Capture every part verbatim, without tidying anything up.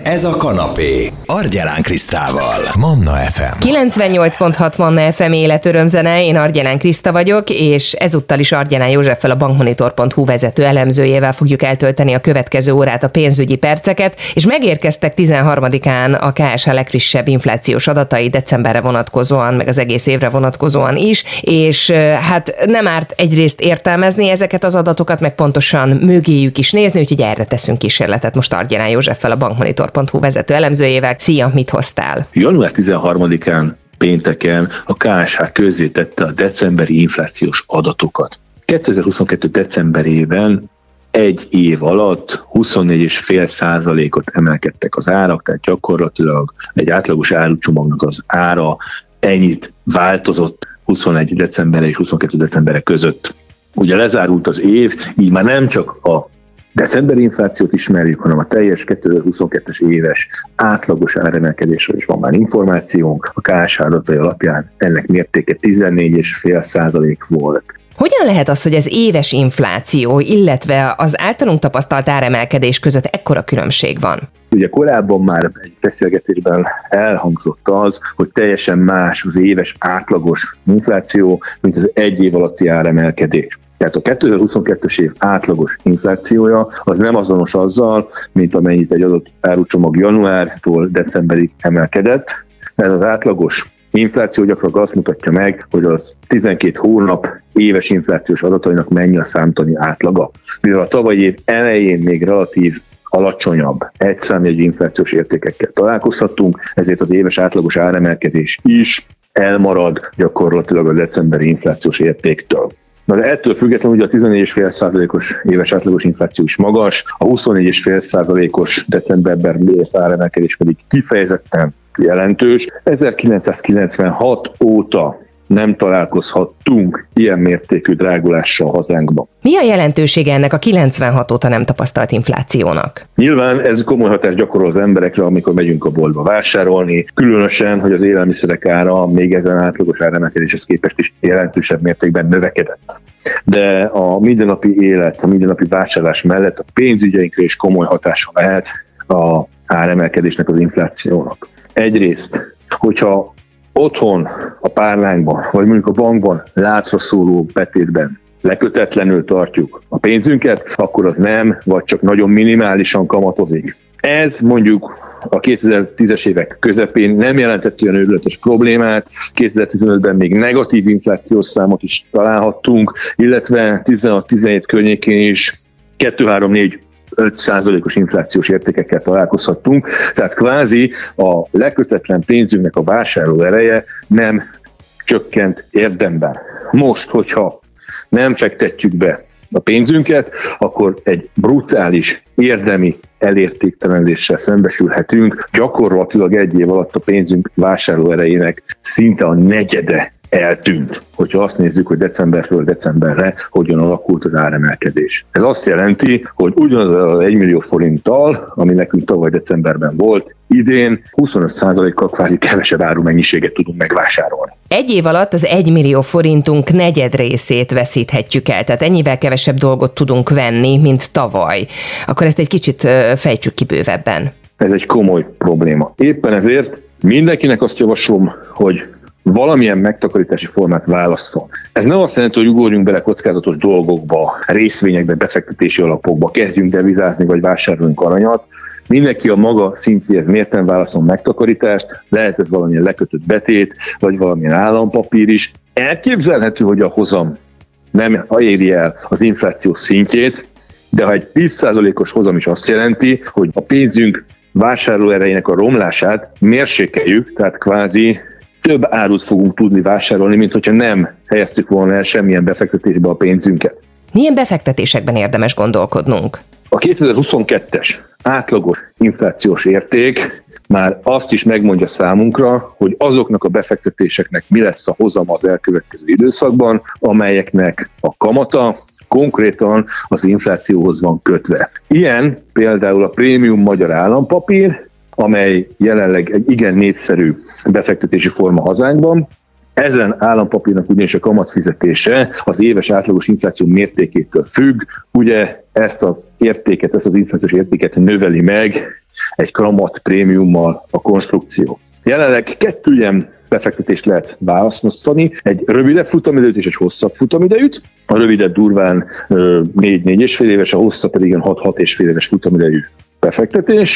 Ez a kanapé. Argyelán Krisztával. Manna ef em. kilencvennyolc pont hat Manna ef em életörömzene, én Argyelán Kriszta vagyok, és ezúttal is Argyelán Józseffel, a bankmonitor pont hu vezető elemzőjével fogjuk eltölteni a következő órát, a pénzügyi perceket, és megérkeztek tizenharmadikán a ká es há legfrissebb inflációs adatai decemberre vonatkozóan, meg az egész évre vonatkozóan is, és hát nem árt egyrészt értelmezni ezeket az adatokat, meg pontosan mögéjük is nézni, úgyhogy erre teszünk kísérletet most Argyelán Józseffel, a bankmonitor pont hu vezető elemzőjével. Szia, mit hoztál? január tizenharmadikán pénteken a ká es há közzétette a decemberi inflációs adatokat. kétezer-huszonkettő decemberében egy év alatt huszonnégy egész öt százalékot emelkedtek az árak, tehát gyakorlatilag egy átlagos árucsomagnak az ára ennyit változott huszonegy decemberre és huszonkettő decemberre között. Ugye lezárult az év, így már nem csak a decemberi inflációt ismerjük, hanem a teljes kétezer-huszonkettes éves átlagos áremelkedésről is van már információnk. A ká es há adatai alapján ennek mértéke tizennégy egész öt százalék volt. Hogyan lehet az, hogy az éves infláció, illetve az általunk tapasztalt áremelkedés között ekkora különbség van? Ugye korábban már egy beszélgetésben elhangzott az, hogy teljesen más az éves átlagos infláció, mint az egy év alatti áremelkedés. Tehát a kétezer-huszonkettes év átlagos inflációja az nem azonos azzal, mint amennyit egy adott árucsomag januártól decemberig emelkedett. Ez az átlagos infláció gyakran azt mutatja meg, hogy az tizenkét hónap éves inflációs adatainak mennyi a számtani átlaga. Mivel a tavalyi év elején még relatív alacsonyabb egyszámjegyű inflációs értékekkel találkozhattunk, ezért az éves átlagos áremelkedés is elmarad gyakorlatilag a decemberi inflációs értéktől. Na de ettől függetlenül ugye a tizennégy egész öt százalékos éves átlagos infláció is magas, a huszonnégy egész öt százalékos decemberben mért áremelkedés pedig kifejezetten jelentős. ezerkilencszázkilencvenhat óta nem találkozhattunk ilyen mértékű drágulással hazánkban. Mi a jelentősége ennek a kilencvenhat óta nem tapasztalt inflációnak? Nyilván ez komoly hatást gyakorol az emberekre, amikor megyünk a boltba vásárolni, különösen, hogy az élelmiszerek ára még ezen átlagos áremelkedéshez képest is jelentősebb mértékben növekedett. De a mindennapi élet, a mindennapi vásárlás mellett a pénzügyeinkre is komoly hatása lehet a áremelkedésnek, az inflációnak. Egyrészt, hogyha otthon, a párlánkban, vagy mondjuk a bankban látszva szóló betétben lekötetlenül tartjuk a pénzünket, akkor az nem, vagy csak nagyon minimálisan kamatozik. Ez mondjuk a kétezer-tízes évek közepén nem jelentett olyan őrületes problémát, kétezer-tizenötben még negatív inflációs számot is találhattunk, illetve tizenhat-tizenhét környékén is kettő három négy öt százalékos inflációs értékekkel találkozhattunk, tehát kvázi a lekötetlen pénzünknek a vásárló ereje nem csökkent érdemben. Most, hogyha nem fektetjük be a pénzünket, akkor egy brutális érdemi elértéktelenedéssel szembesülhetünk. Gyakorlatilag egy év alatt a pénzünk vásárló erejének szinte a negyede eltűnt, hogyha azt nézzük, hogy decemberről decemberre hogyan alakult az áremelkedés. Ez azt jelenti, hogy ugyanaz az egy millió forinttal, ami nekünk tavaly decemberben volt, idén huszonöt százalékkal kvázi kevesebb árumennyiséget tudunk megvásárolni. Egy év alatt az egy millió forintunk negyed részét veszíthetjük el, tehát ennyivel kevesebb dolgot tudunk venni, mint tavaly. Akkor ezt egy kicsit fejtsük ki bővebben. Ez egy komoly probléma. Éppen ezért mindenkinek azt javaslom, hogy valamilyen megtakarítási formát válasszon. Ez nem azt jelenti, hogy ugorjunk bele kockázatos dolgokba, részvényekbe, befektetési alapokba, kezdjünk devizázni vagy vásároljunk aranyat. Mindenki a maga szintjéhez mérten válaszol megtakarítást, lehet ez valamilyen lekötött betét, vagy valamilyen állampapír is. Elképzelhető, hogy a hozam nem éri el az infláció szintjét, de ha egy tíz százalékos hozam is azt jelenti, hogy a pénzünk vásárlóerejének a romlását mérsékeljük, tehát kvázi több árut fogunk tudni vásárolni, mint hogyha nem helyeztük volna el semmilyen befektetésbe a pénzünket. Milyen befektetésekben érdemes gondolkodnunk? A kétezer-huszonkettes átlagos inflációs érték már azt is megmondja számunkra, hogy azoknak a befektetéseknek mi lesz a hozama az elkövetkező időszakban, amelyeknek a kamata konkrétan az inflációhoz van kötve. Ilyen például a prémium magyar állampapír, amely jelenleg egy igen népszerű befektetési forma hazánkban, Ezen állampapírnak ugyanis a kamatfizetése az éves átlagos infláció mértékétől függ, ugye ezt az értéket, ezt az inflációs értéket növeli meg egy kamat prémiummal a konstrukció. Jelenleg kettő ilyen befektetést lehet választani, egy rövidebb futamidejűt és egy hosszabb futamidejűt. A rövidebb durván négy-négy és fél éves, a hosszabb pedig hat-hat és fél éves futamidejű befektetés.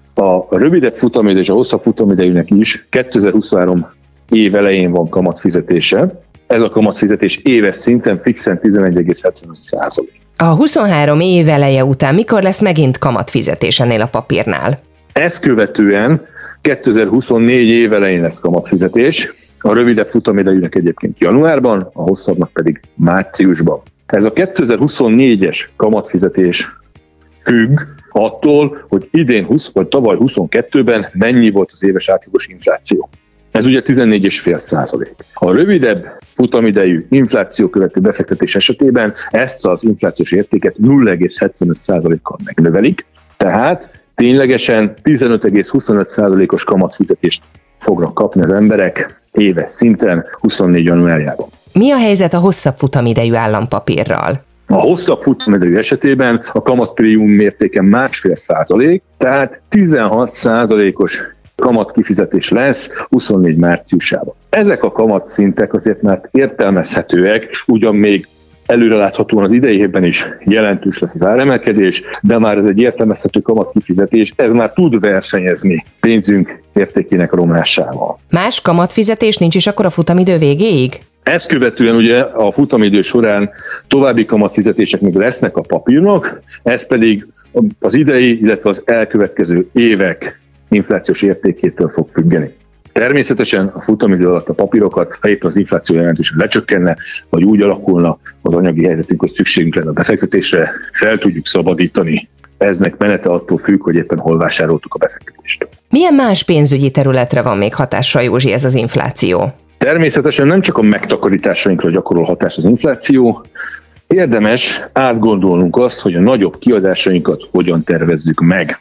A rövidebb futamidejű és a hosszabb futamidejűnek is kétezer-huszonhárom év elején van kamatfizetése. Ez a kamatfizetés éves szinten fixen tizenegy egész hetvenöt százalék. A huszonhárom év eleje után mikor lesz megint kamatfizetés ennél a papírnál? Ezt követően kétezer-huszonnégy év elején lesz kamatfizetés, a rövidebb futamidejűnek egyébként januárban, a hosszabbnak pedig márciusban. Ez a kétezer-huszonnégyes kamatfizetés függ attól, hogy idén húsz vagy tavaly huszonkettőben mennyi volt az éves átlagos infláció. Ez ugye tizennégy egész öt százalék. A rövidebb futamidejű infláció követő befektetés esetében ezt az inflációs értéket nulla egész hetvenöt százalékkal megnövelik, tehát ténylegesen tizenöt egész huszonöt százalékos kamatfizetést fognak kapni az emberek éves szinten huszonnégy januárjában. Mi a helyzet a hosszabb futamidejű állampapírral? A hosszabb futamidejű esetében a kamatprémium mértéke másfél százalék, tehát tizenhat százalékos kamatkifizetés lesz huszonnégy márciusában. Ezek a kamatszintek azért már értelmezhetőek, ugyan még előreláthatóan az idei évben is jelentős lesz az áremelkedés, de már ez egy értelmezhető kamatkifizetés, ez már tud versenyezni pénzünk értékének romlásával. Más kamatfizetés nincs is akkor a futamidő végéig? Ezt követően ugye a futamidő során további kamatfizetések még lesznek a papírnak, ez pedig az idei, illetve az elkövetkező évek inflációs értékétől fog függeni. Természetesen a futamidő alatt a papírokat, ha éppen az infláció jelentősen lecsökkenne, vagy úgy alakulna az anyagi helyzetünk, hogy szükségünk lenne a befektetésre, fel tudjuk szabadítani. Eznek menete attól függ, hogy éppen hol vásároltuk a befektetést. Milyen más pénzügyi területre van még hatással, Józsi, ez az infláció? Természetesen nem csak a megtakarításainkra gyakorol hatás az infláció, érdemes átgondolnunk azt, hogy a nagyobb kiadásainkat hogyan tervezzük meg.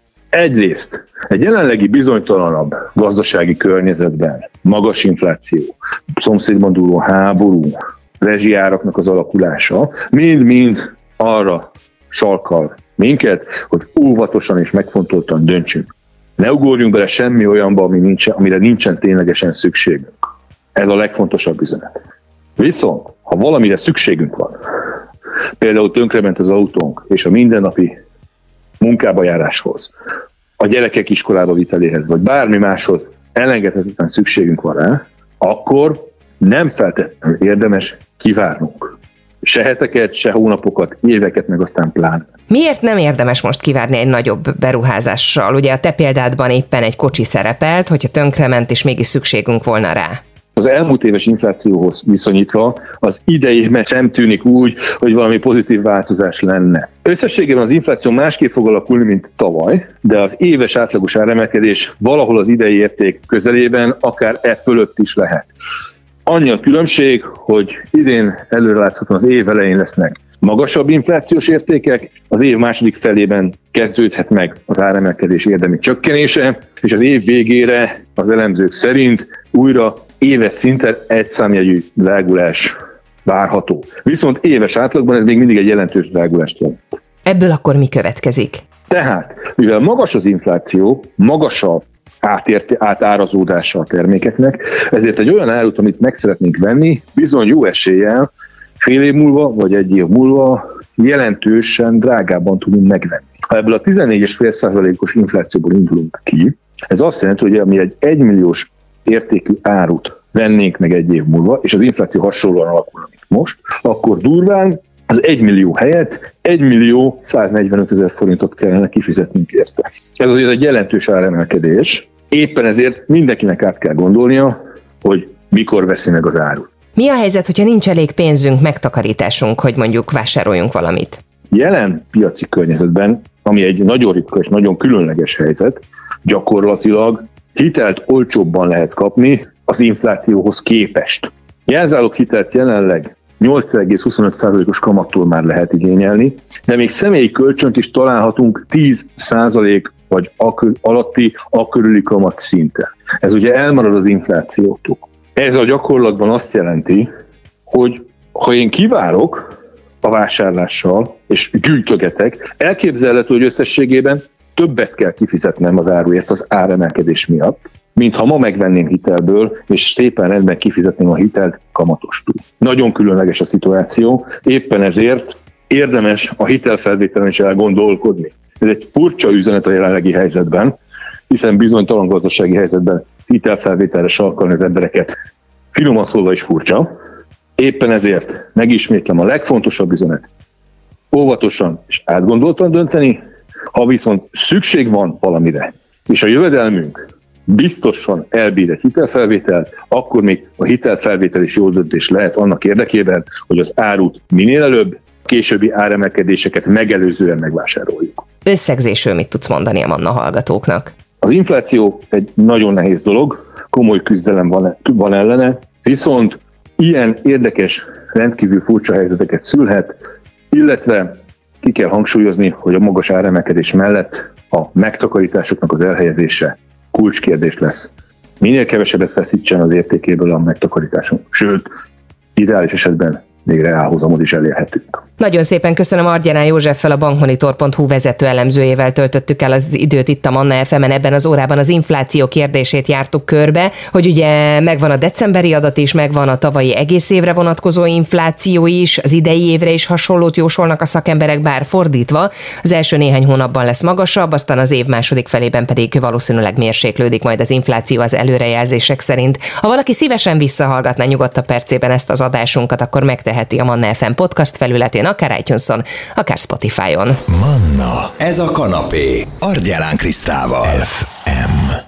Egyrészt egy jelenlegi bizonytalanabb gazdasági környezetben magas infláció, szomszédban dúló háború, rezsijáraknak az alakulása mind-mind arra sarkal minket, hogy óvatosan és megfontoltan döntsünk. Ne ugorjunk bele semmi olyanba, ami nincsen, amire nincsen ténylegesen szükségünk. Ez a legfontosabb üzenet. Viszont, ha valamire szükségünk van, például tönkrement az autónk és a mindennapi munkába járáshoz, a gyerekek iskolába viteléhez, vagy bármi máshoz elengedhetetlen szükségünk van rá, akkor nem feltétlenül érdemes kivárnunk. Se heteket, se hónapokat, éveket, meg aztán pláne. Miért nem érdemes most kivárni egy nagyobb beruházással? Ugye a te példádban éppen egy kocsi szerepelt, hogyha tönkrement és mégis szükségünk volna rá. Az elmúlt éves inflációhoz viszonyítva az idei sem tűnik úgy, hogy valami pozitív változás lenne. Összességében az infláció másképp fog alakulni, mint tavaly, de az éves átlagos áremelkedés valahol az idei érték közelében, akár e fölött is lehet. Annyi a különbség, hogy idén előreláthatóan az év elején lesznek magasabb inflációs értékek, az év második felében kezdődhet meg az áremelkedés érdemi csökkenése, és az év végére az elemzők szerint újra éves szinten egy számjegyű drágulás várható. Viszont éves átlagban ez még mindig egy jelentős drágulást jelent. Ebből akkor mi következik? Tehát, mivel magas az infláció, magas a átérte, átárazódása a termékeknek, ezért egy olyan árut, amit meg szeretnénk venni, bizony jó eséllyel fél év múlva, vagy egy év múlva jelentősen drágábban tudunk megvenni. Ha ebből a tizennégy egész öt százalékos inflációból indulunk ki, ez azt jelenti, hogy ami egy egymilliós értékű árut vennénk meg egy év múlva, és az infláció hasonlóan alakul, mint most, akkor durván az egy millió helyett egy millió száznegyvenöt ezer forintot kellene kifizetnünk érte. Ez azért egy jelentős áremelkedés. Éppen ezért mindenkinek át kell gondolnia, hogy mikor veszi meg az árut. Mi a helyzet, hogyha nincs elég pénzünk, megtakarításunk, hogy mondjuk vásároljunk valamit? Jelen piaci környezetben, ami egy nagyon ritka és nagyon különleges helyzet, gyakorlatilag hitelt olcsóbban lehet kapni az inflációhoz képest. Jelzálog hitelt jelenleg nyolc egész huszonöt százalékos kamattól már lehet igényelni, de még személyi kölcsönt is találhatunk tíz százalék vagy alatti, akörüli kamat szinten. Ez ugye elmarad az inflációtól. Ez a gyakorlatban azt jelenti, hogy ha én kivárok a vásárlással, és gyűjtögetek, elképzelhető, hogy összességében többet kell kifizetnem az áruért az áremelkedés miatt, mint ha ma megvenném hitelből, és szépen rendben kifizetném a hitelt kamatostul. Nagyon különleges a szituáció, éppen ezért érdemes a hitelfelvételen is elgondolkodni. Ez egy furcsa üzenet a jelenlegi helyzetben, hiszen bizonytalan gazdasági helyzetben hitelfelvételre sarkalni az embereket finoman szólva is furcsa. Éppen ezért megismétlem a legfontosabb üzenet. Óvatosan és átgondoltan dönteni, ha viszont szükség van valamire, és a jövedelmünk biztosan elbír egy hitelfelvételt, akkor még a hitelfelvétel is jó döntés lehet annak érdekében, hogy az árut minél előbb, későbbi áremelkedéseket megelőzően megvásároljuk. Összegzésről mit tudsz mondani a Manna hallgatóknak? Az infláció egy nagyon nehéz dolog, komoly küzdelem van, van ellene, viszont ilyen érdekes, rendkívül furcsa helyzeteket szülhet, illetve ki kell hangsúlyozni, hogy a magas áremelkedés mellett a megtakarításoknak az elhelyezése kulcskérdés lesz. Minél kevesebbet feszítsen az értékéből a megtakarításunk, sőt, ideális esetben még reálhozamot is elérhetünk. Nagyon szépen köszönöm Argyelán Józseffel, a bankmonitor pont hu vezető elemzőjével töltöttük el az időt itt a Manna ef emen. Ebben az órában az infláció kérdését jártuk körbe, hogy ugye megvan a decemberi adat is, megvan a tavalyi egész évre vonatkozó infláció is, az idei évre is hasonlót jósolnak a szakemberek, bár fordítva, az első néhány hónapban lesz magasabb, aztán az év második felében pedig valószínűleg mérséklődik majd az infláció az előrejelzések szerint. Ha valaki szívesen visszahallgatná nyugodtabb percében ezt az adásunkat, akkor megteheti a Manna ef em podcast felületén, akár iTunes-on, akár Spotify-on. Manna, ez a kanapé, Argyelán Krisztával. ef em